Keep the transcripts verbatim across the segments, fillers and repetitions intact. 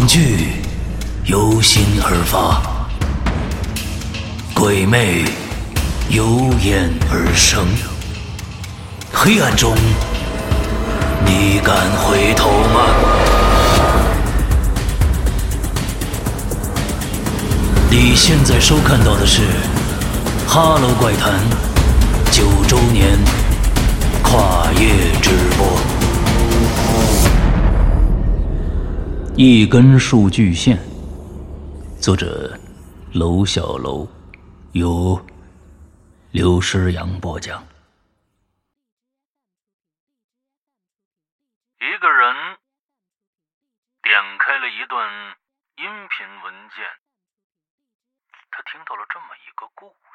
恐惧由心而发，鬼魅由眼而生。黑暗中，你敢回头吗？你现在收看到的是《哈喽怪谈》九周年跨夜直播。一根数据线，作者楼小楼，由刘诗阳播讲。 一个人点开了一段音频文件，他听到了这么一个故事。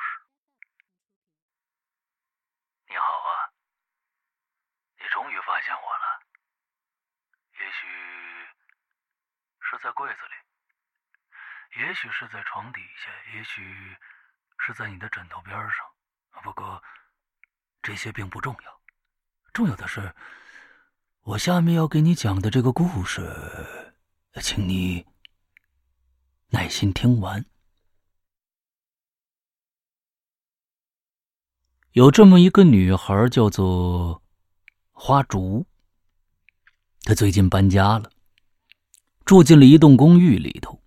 你好啊，你终于发现我了。也许是在柜子里，也许是在床底下，也许是在你的枕头边上。不过这些并不重要，重要的是我下面要给你讲的这个故事，请你耐心听完。有这么一个女孩叫做花竹，她最近搬家了，住进了一栋公寓里头。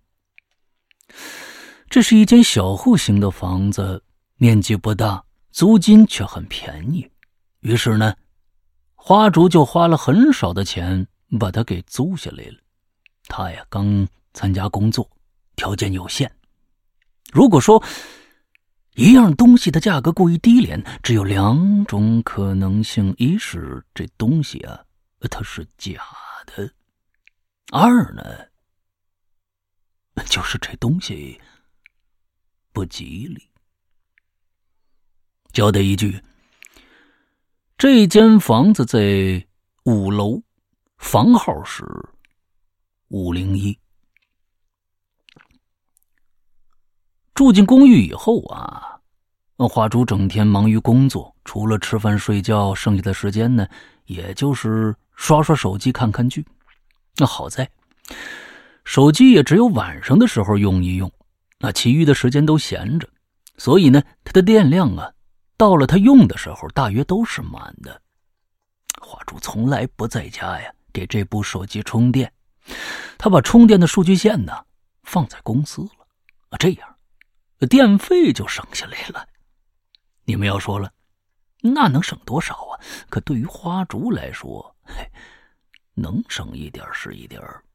这是一间小户型的房子，面积不大，租金却很便宜。于是呢，花竹就花了很少的钱把它给租下来了。她呀刚参加工作，条件有限。如果说一样东西的价格过于低廉，只有两种可能性：一是这东西啊它是假的，二呢就是这东西不吉利。交代一句，这间房子在五楼，房号是五零一。住进公寓以后啊，花竹整天忙于工作，除了吃饭睡觉，剩下的时间呢也就是刷刷手机看看剧。那好在手机也只有晚上的时候用一用，那其余的时间都闲着，所以呢它的电量啊到了它用的时候大约都是满的。花竹从来不在家呀给这部手机充电，他把充电的数据线呢放在公司了，这样电费就省下来了。你们要说了，那能省多少啊？可对于花竹来说，嘿，能省一点是一点。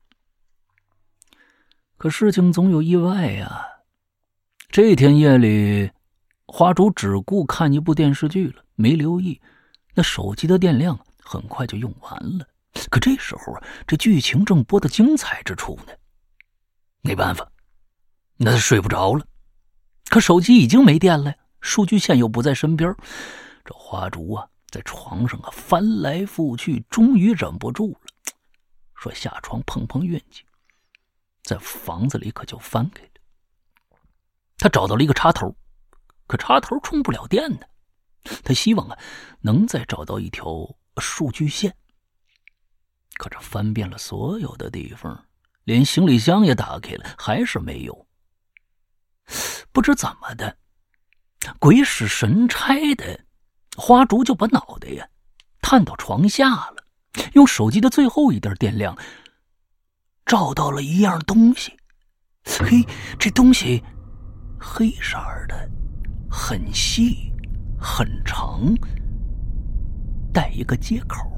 可事情总有意外呀。这天夜里，花竹只顾看一部电视剧了，没留意那手机的电量很快就用完了。可这时候啊，这剧情正播得精彩之处呢。没办法，那他睡不着了。可手机已经没电了，数据线又不在身边。这花竹啊在床上啊翻来覆去，终于忍不住了，说下床碰碰运气，在房子里可就翻开了。他找到了一个插头，可插头充不了电呢。他希望啊能再找到一条数据线。可这翻遍了所有的地方，连行李箱也打开了，还是没有。不知怎么的，鬼使神差的，花竹就把脑袋呀探到床下了，用手机的最后一点电量照到了一样东西。嘿，这东西黑色的，很细很长，带一个接口。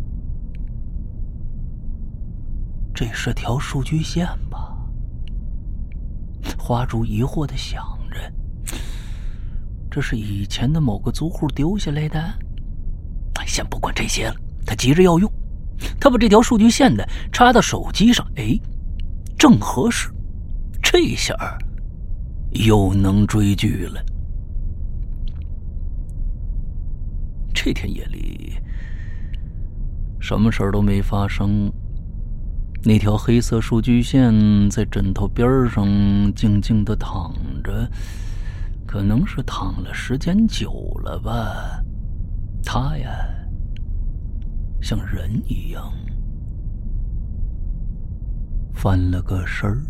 这是条数据线吧？花竹疑惑地想着，这是以前的某个租户丢下来的？先不管这些了，他急着要用。他把这条数据线呢插到手机上，哎，正合适。这下又能追剧了。这天夜里什么事儿都没发生，那条黑色数据线在枕头边上静静地躺着，可能是躺了时间久了吧。它呀像人一样翻了个身儿。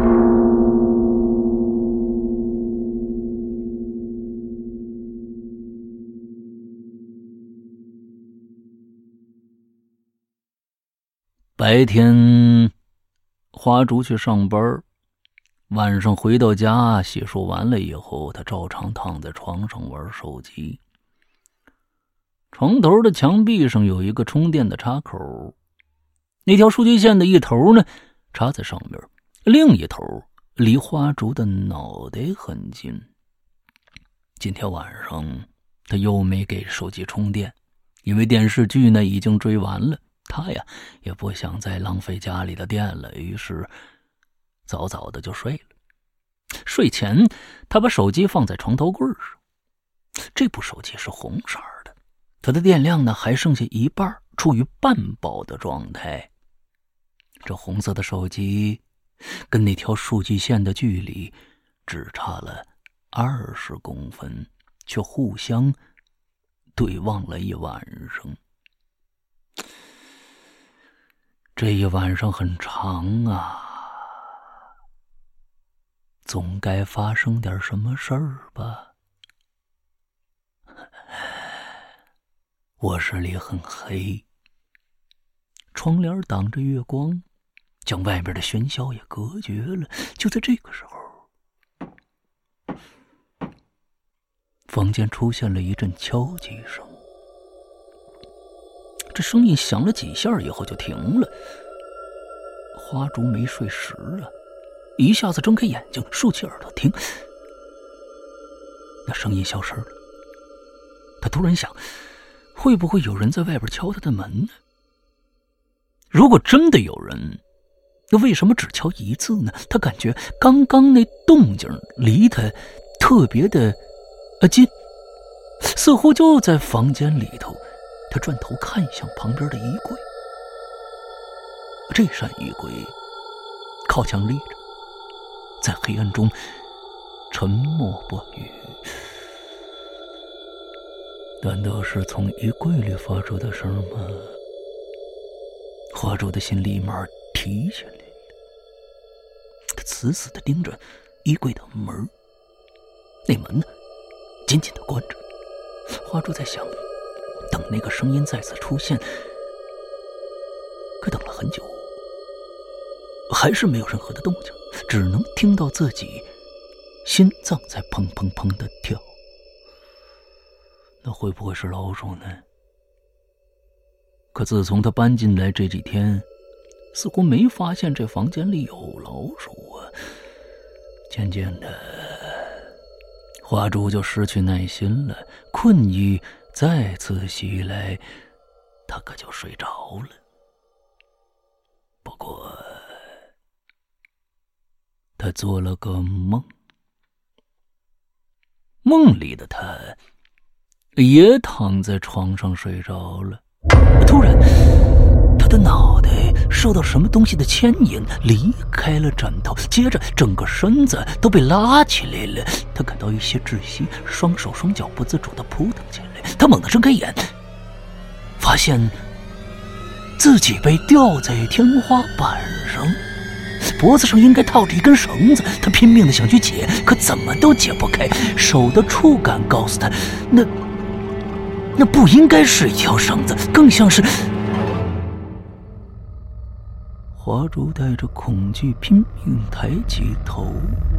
白天花竹去上班，晚上回到家洗漱完了以后，他照常躺在床上玩手机。床头的墙壁上有一个充电的插口，那条数据线的一头呢插在上面，另一头离花竹的脑袋很近。今天晚上他又没给手机充电，因为电视剧呢已经追完了，他呀也不想再浪费家里的电了，于是早早的就睡了。睡前他把手机放在床头柜上，这部手机是红色的，它的电量呢还剩下一半，处于半饱的状态。这红色的手机跟那条数据线的距离只差了二十公分，却互相对望了一晚上。这一晚上很长啊，总该发生点什么事儿吧。卧室里很黑，窗帘挡着月光，将外面的喧嚣也隔绝了。就在这个时候，房间出现了一阵敲击声，这声音响了几下以后就停了。花竹没睡实啊，一下子睁开眼睛，竖起耳朵听，那声音消失了。他突然想，会不会有人在外边敲他的门呢？如果真的有人，那为什么只敲一次呢？他感觉刚刚那动静离他特别的呃近，似乎就在房间里头。他转头看向旁边的衣柜，这扇衣柜靠墙立着，在黑暗中沉默不语。难道是从衣柜里发出的声吗？花竹的心立马提起来了，他死死地盯着衣柜的门，那门呢紧紧地关着。花竹在想，等那个声音再次出现，可等了很久，还是没有任何的动静，只能听到自己心脏在砰砰砰地跳。那会不会是老鼠呢？可自从他搬进来这几天，似乎没发现这房间里有老鼠啊。渐渐的，花竹就失去耐心了，困意再次袭来，他可就睡着了。不过他做了个梦，梦里的他也躺在床上睡着了。突然他的脑袋受到什么东西的牵引，离开了枕头，接着整个身子都被拉起来了。他感到一些窒息，双手双脚不自主地扑腾起来。他猛地睁开眼，发现自己被吊在天花板上，脖子上应该套着一根绳子。他拼命地想去解，可怎么都解不开。手的触感告诉他，那那不应该是一条绳子，更像是……花竹带着恐惧拼命抬起头，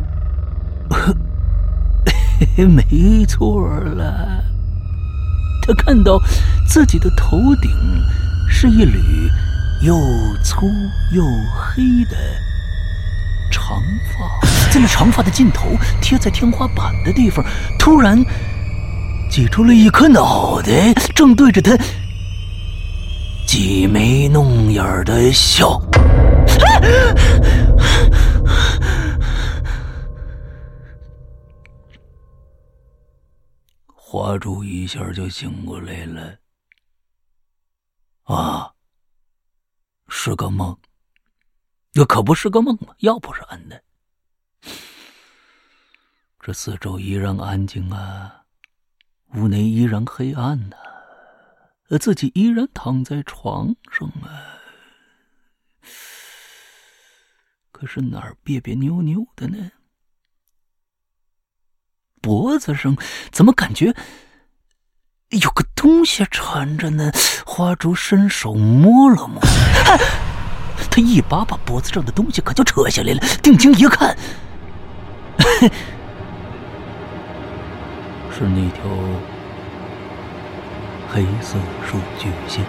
没错了，他看到自己的头顶是一缕又粗又黑的长发，在那长发的尽头，贴在天花板的地方，突然挤出了一颗脑袋，正对着他挤眉弄眼的笑。花竹一下就醒过来了。啊，是个梦。那可不是个梦吗？要不然呢？这四周依然安静啊，屋内依然黑暗啊，自己依然躺在床上啊。 可是哪儿别别扭扭的呢？脖子上怎么感觉有个东西缠着呢？花竹伸手摸了摸，啊、他一把把脖子上的东西可就扯下来了，定睛一看，是那条黑色数据线。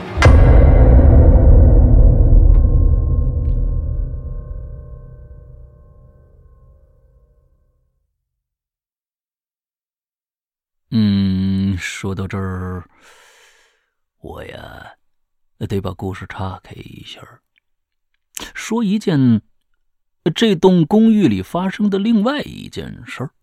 嗯，说到这儿，我呀得把故事岔开一下，说一件这栋公寓里发生的另外一件事儿。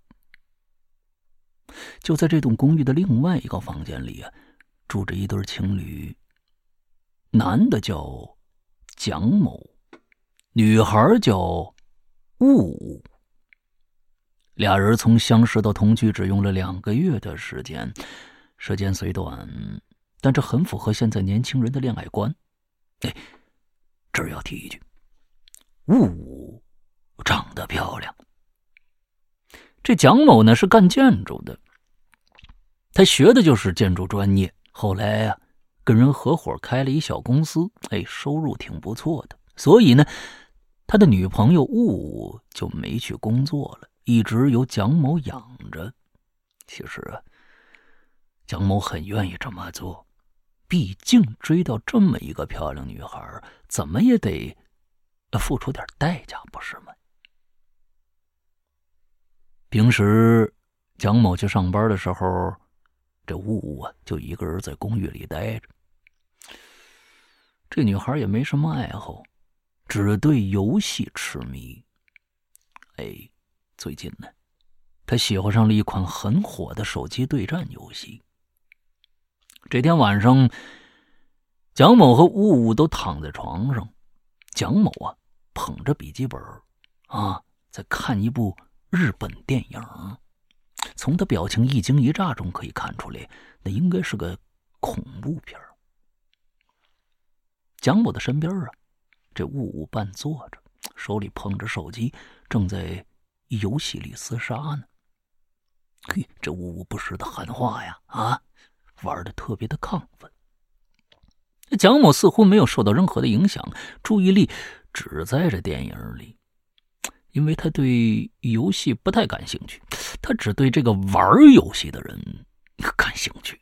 就在这栋公寓的另外一个房间里啊，住着一对情侣，男的叫蒋某，女孩叫雾雾。俩人从相识到同居只用了两个月的时间，时间虽短，但这很符合现在年轻人的恋爱观。哎，这儿要提一句，雾雾长得漂亮。这蒋某呢是干建筑的，他学的就是建筑专业，后来啊跟人合伙开了一小公司，哎，收入挺不错的，所以呢他的女朋友雾雾就没去工作了，一直由蒋某养着。其实啊，蒋某很愿意这么做，毕竟追到这么一个漂亮女孩，怎么也得付出点代价，不是吗？平时蒋某去上班的时候，这雾雾啊就一个人在公寓里待着。这女孩也没什么爱好，只对游戏痴迷。哎，最近呢，她喜欢上了一款很火的手机对战游戏。这天晚上，蒋某和雾雾都躺在床上，蒋某啊捧着笔记本啊，在看一部日本电影。从他表情一惊一乍中可以看出来，那应该是个恐怖片。蒋某的身边啊，这雾雾半坐着，手里捧着手机，正在游戏里厮杀呢。嘿，这雾雾不时的喊话呀，啊，玩的特别的亢奋。蒋某似乎没有受到任何的影响，注意力只在这电影里，因为他对游戏不太感兴趣，他只对这个玩游戏的人感兴趣。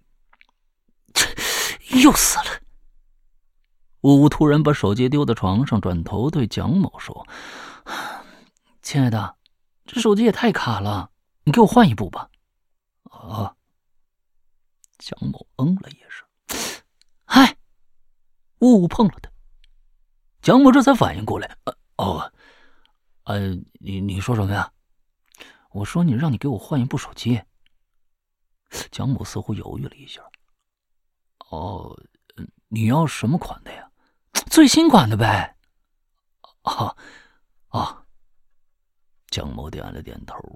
又死了！雾雾突然把手机丢到床上，转头对蒋某说：“亲爱的，这手机也太卡了，你给我换一部吧。”啊！蒋某嗯了一声，嗨，雾雾碰了他。蒋某这才反应过来，呃哦，呃，你你说什么呀？我说你让你给我换一部手机。蒋某似乎犹豫了一下，哦，你要什么款的呀？最新款的呗。啊啊！蒋某点了点头。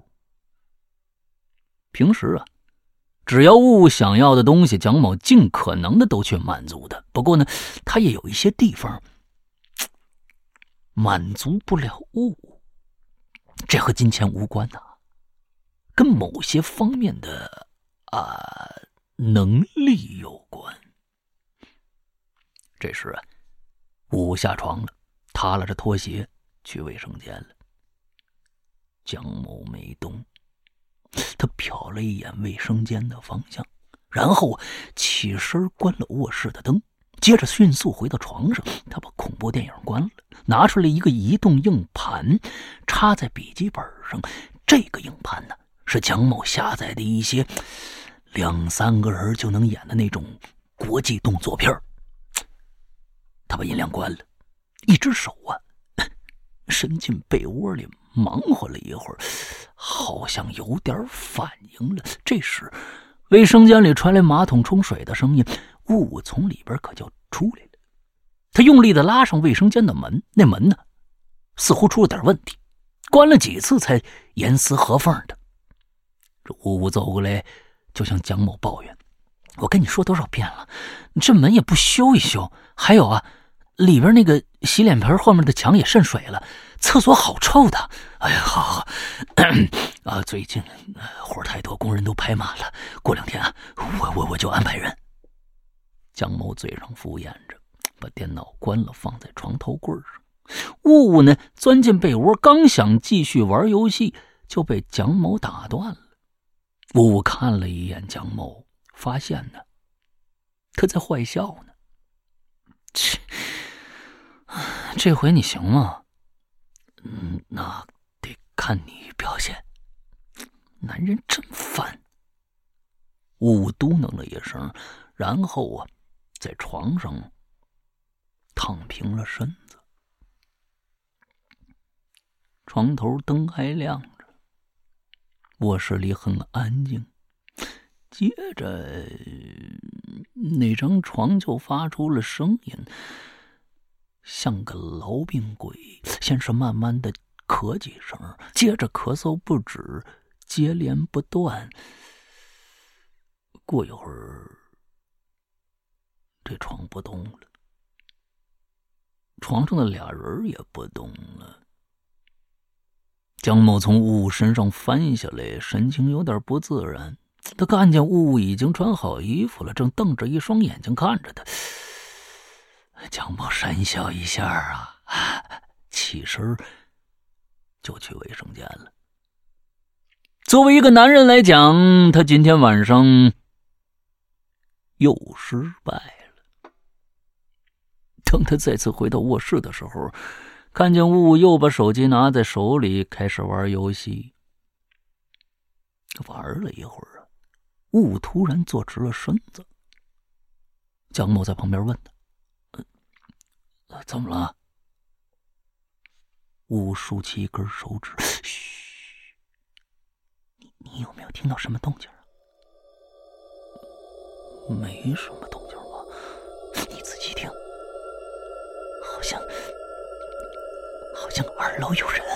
平时啊，只要雾雾想要的东西，蒋某尽可能的都去满足的。不过呢，他也有一些地方满足不了雾雾，这和金钱无关呐、啊，跟某些方面的啊能力有关。这时啊，雾雾下床了，踏拉着拖鞋去卫生间了。蒋某没动，他瞟了一眼卫生间的方向，然后起身关了卧室的灯，接着迅速回到床上，他把恐怖电影关了，拿出来一个移动硬盘，插在笔记本上。这个硬盘呢，是蒋某下载的一些两三个人就能演的那种国际动作片。他把音量关了，一只手啊伸进被窝里忙活了一会儿，好像有点反应了。这时卫生间里传来马桶冲水的声音，雾雾从里边可就出来了。他用力的拉上卫生间的门，那门呢似乎出了点问题，关了几次才严丝合缝的。这雾雾走过来就向蒋某抱怨：“我跟你说多少遍了，你这门也不修一修，还有啊，里边那个洗脸盆后面的墙也渗水了， 厕所好臭的。哎呀，好好，啊，最近活太多，工人都排满了，过两天啊，我我我就安排人。蒋某嘴上敷衍着，把电脑关了，放在床头柜上。雾雾呢，钻进被窝，刚想继续玩游戏，就被蒋某打断了。雾雾看了一眼蒋某，发现呢，他在坏笑呢。切，这回你行吗？嗯，那得看你表现。男人真烦。雾雾嘟囔了一声，然后啊，在床上躺平了身子。床头灯还亮着，卧室里很安静。接着，那张床就发出了声音，像个痨病鬼。先是慢慢的咳几声，接着咳嗽不止，接连不断。过一会儿，这床不动了，床上的俩人也不动了。蒋某从雾雾身上翻下来，神情有点不自然。他看见雾雾已经穿好衣服了，正瞪着一双眼睛看着他。蒋某讪笑一下啊，起身就去卫生间了。作为一个男人来讲，他今天晚上又失败了。等他再次回到卧室的时候，看见雾雾又把手机拿在手里，开始玩游戏。玩了一会儿，雾雾突然坐直了身子。蒋某在旁边问他：“呃、怎么了？”雾雾竖起一根手指：“嘘，你你有没有听到什么动静啊？”“没什么动静吧？你仔细听，好像好像二楼有人。”“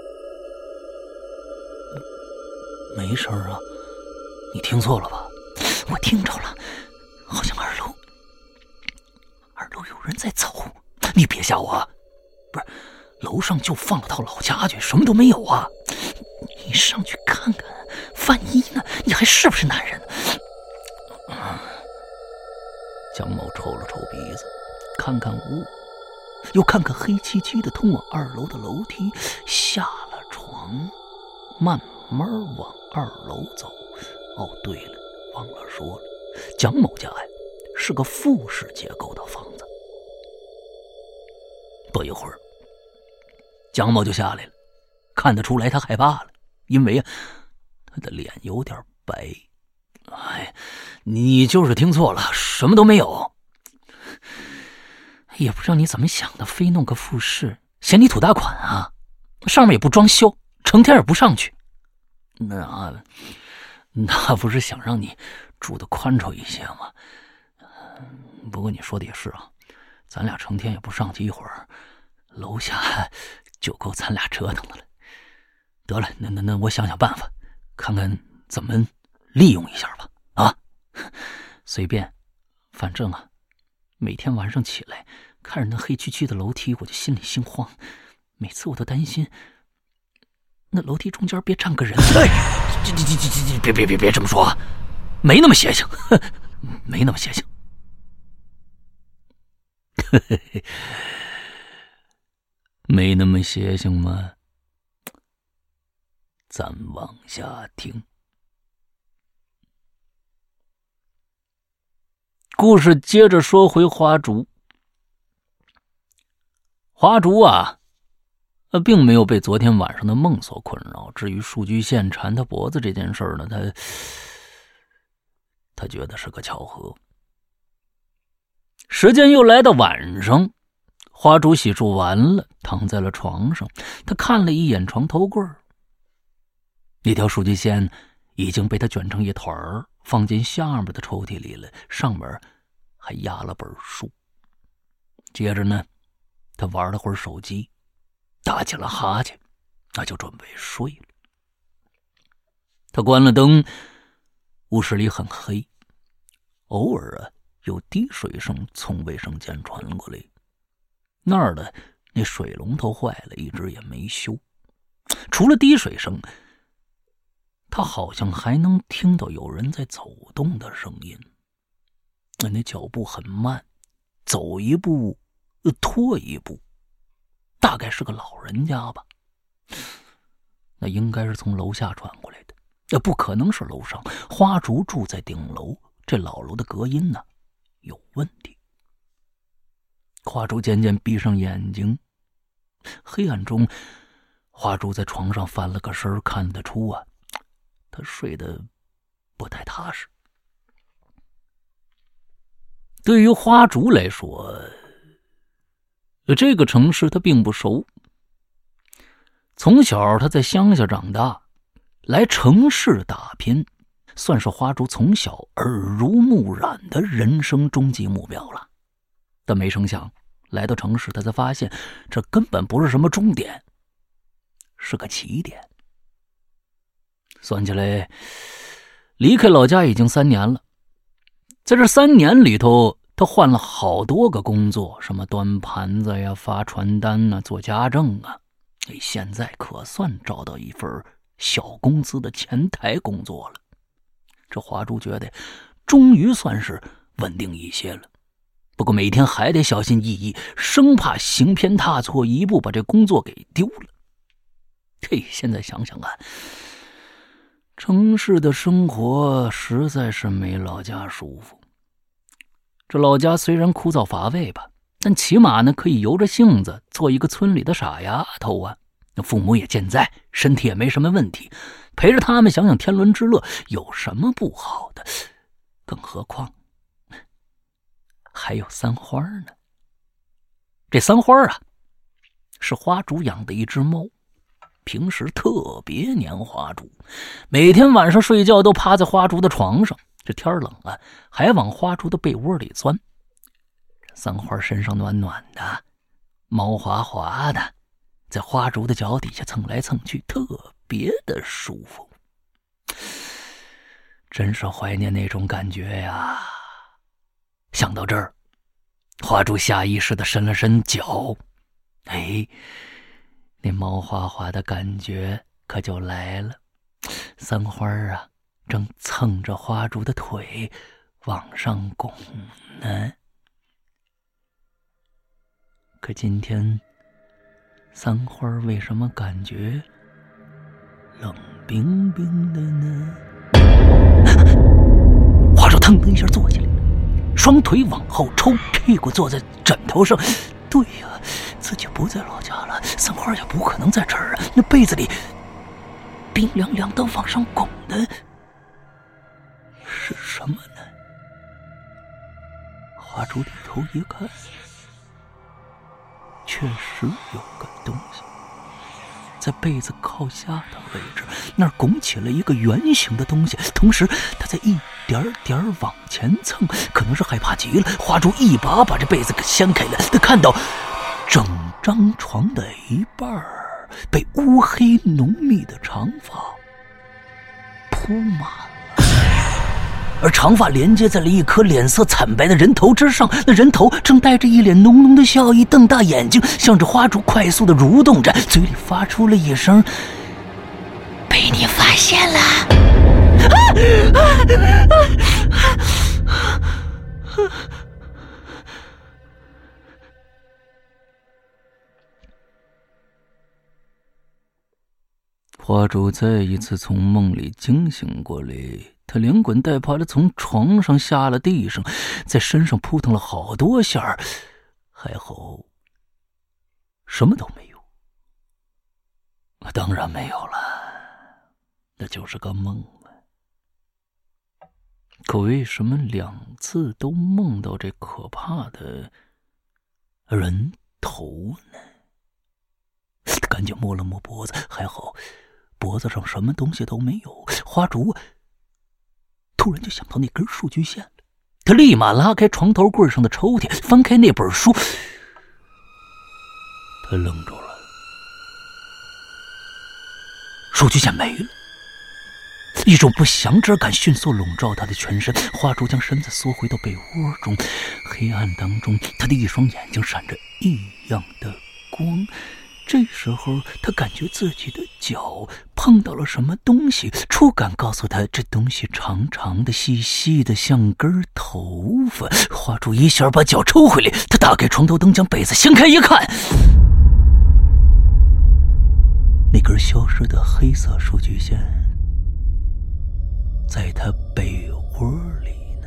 没声啊，你听错了吧？”“我听着了，好像二楼二楼有人在走。”“你别吓我啊！不是，楼上就放了套老家具，什么都没有啊！你上去看看，万一呢？你还是不是男人？”蒋某抽了抽鼻子，看看雾，又看看黑漆漆的通往二楼的楼梯，下了床，慢慢往二楼走。哦，对了，忘了说了，蒋某家呀是个复式结构的房子。不一会儿，蒋某就下来了，看得出来他害怕了，因为啊，他的脸有点白。“哎，你就是听错了，什么都没有。也不知道你怎么想的，非弄个复式，嫌你土大款啊？上面也不装修，成天也不上去。那那不是想让你住得宽敞一些吗？不过你说的也是啊，咱俩成天也不上去，一会儿楼下就够咱俩折腾的了。得了，那那那我想想办法，看看怎么利用一下吧。啊，随便，反正啊，每天晚上起来看着那黑黢黢的楼梯，我就心里心慌，每次我都担心那楼梯中间别站个人。”“哎，这这这这这，别别别别这么说，没那么邪性，没那么邪性。”“没那么邪性吗？咱往下听。”故事接着说回花烛。花烛啊，呃，并没有被昨天晚上的梦所困扰。至于数据线缠他脖子这件事呢，他他觉得是个巧合。时间又来到晚上，花烛洗漱完了，躺在了床上。他看了一眼床头柜，那条数据线已经被他卷成一团儿，放进下面的抽屉里了，上面还压了本书。接着呢，他玩了会儿手机，打起了哈欠，那就准备睡了。他关了灯，卧室里很黑，偶尔啊有滴水声从卫生间传过来，那儿的那水龙头坏了，一直也没修。除了滴水声，他好像还能听到有人在走动的声音。那脚步很慢，走一步拖一步，大概是个老人家吧。那应该是从楼下传过来的，那不可能是楼上。花竹住在顶楼，这老楼的隔音呢有问题。花竹渐渐闭上眼睛，黑暗中，花竹在床上翻了个身，看得出啊，他睡得不太踏实。对于花竹来说，这个城市他并不熟。从小他在乡下长大，来城市打拼，算是花竹从小耳濡目染的人生终极目标了。但没成想，来到城市，他才发现这根本不是什么终点，是个起点。算起来，离开老家已经三年了。在这三年里头，他换了好多个工作，什么端盘子呀、发传单啊、做家政啊。现在可算找到一份小工资的前台工作了。这华珠觉得终于算是稳定一些了，不过每天还得小心翼翼，生怕行偏踏错一步把这工作给丢了。嘿，现在想想啊，城市的生活实在是没老家舒服。这老家虽然枯燥乏味吧，但起码呢可以由着性子做一个村里的傻丫头啊。父母也健在，身体也没什么问题，陪着他们享享天伦之乐，有什么不好的？更何况还有三花呢。这三花啊，是花竹养的一只猫，平时特别黏花竹，每天晚上睡觉都趴在花竹的床上，这天冷啊，还往花竹的被窝里钻。三花身上暖暖的，毛滑滑的，在花竹的脚底下蹭来蹭去，特别的舒服。真是怀念那种感觉呀！想到这儿，花竹下意识地伸了伸脚，哎，那毛滑滑的感觉可就来了。三花啊，正蹭着花竹的腿往上拱呢。可今天三花为什么感觉冷冰冰的呢？花竹腾腾一下坐起来，双腿往后抽，屁股坐在枕头上。对呀、啊，自己不在老家了，三花也不可能在这儿啊。那被子里冰凉凉的往上拱的是什么呢？花竹低头一看，确实有个东西在被子靠下的位置，那儿拱起了一个圆形的东西，同时它在一点点往前蹭，可能是害怕极了，花竹一把把这被子给掀开了，他看到整张床的一半被乌黑浓密的长发铺满了，而长发连接在了一颗脸色惨白的人头之上，那人头正带着一脸浓浓的笑意，瞪大眼睛向着花竹快速的蠕动着，嘴里发出了一声被你发现了。啊啊啊啊花竹再一次从梦里惊醒过来，他连滚带爬的从床上下了地上，在身上扑腾了好多下，还好什么都没有。当然没有了，那就是个梦了。可为什么两次都梦到这可怕的人头呢？他赶紧摸了摸脖子，还好脖子上什么东西都没有。花竹突然就想到那根数据线了，他立马拉开床头柜上的抽屉，翻开那本书，他愣住了，数据线没了。一种不祥之感迅速笼罩他的全身，花竹将身子缩回到被窝中，黑暗当中，他的一双眼睛闪着异样的光。这时候他感觉自己的脚碰到了什么东西，触感告诉他这东西长长的细细的像根头发。花竹一下把脚抽回来，他打开床头灯，将被子掀开一看，那根消失的黑色数据线在他被窝里呢。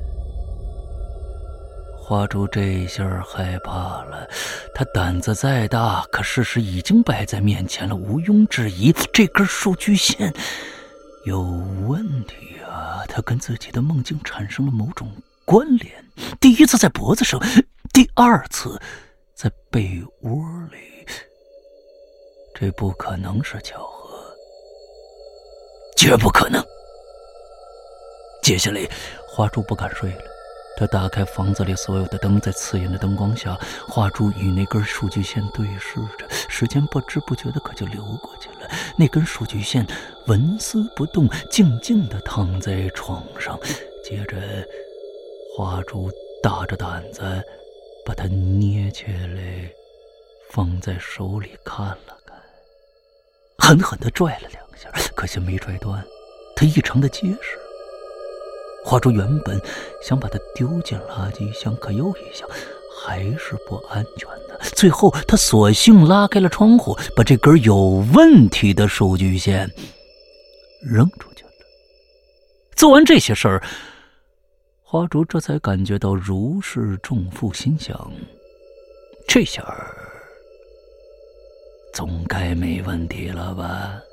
花竹这下害怕了，他胆子再大，可事实已经摆在面前了，毋庸置疑，这根数据线有问题啊！他跟自己的梦境产生了某种关联，第一次在脖子上，第二次在被窝里，这不可能是巧合，绝不可能。接下来，花竹不敢睡了。他打开房子里所有的灯，在刺眼的灯光下，花珠与那根数据线对视着，时间不知不觉的可就流过去了。那根数据线纹丝不动，静静地躺在床上。接着，花珠大着胆子把它捏起来，放在手里看了看，狠狠地拽了两下，可惜没拽断，它异常的结实。花珠原本想把它丢进垃圾箱，可又一想还是不安全的，最后他索性拉开了窗户，把这根有问题的数据线扔出去了。做完这些事儿，花竹这才感觉到如释重负，心想这下儿总该没问题了吧。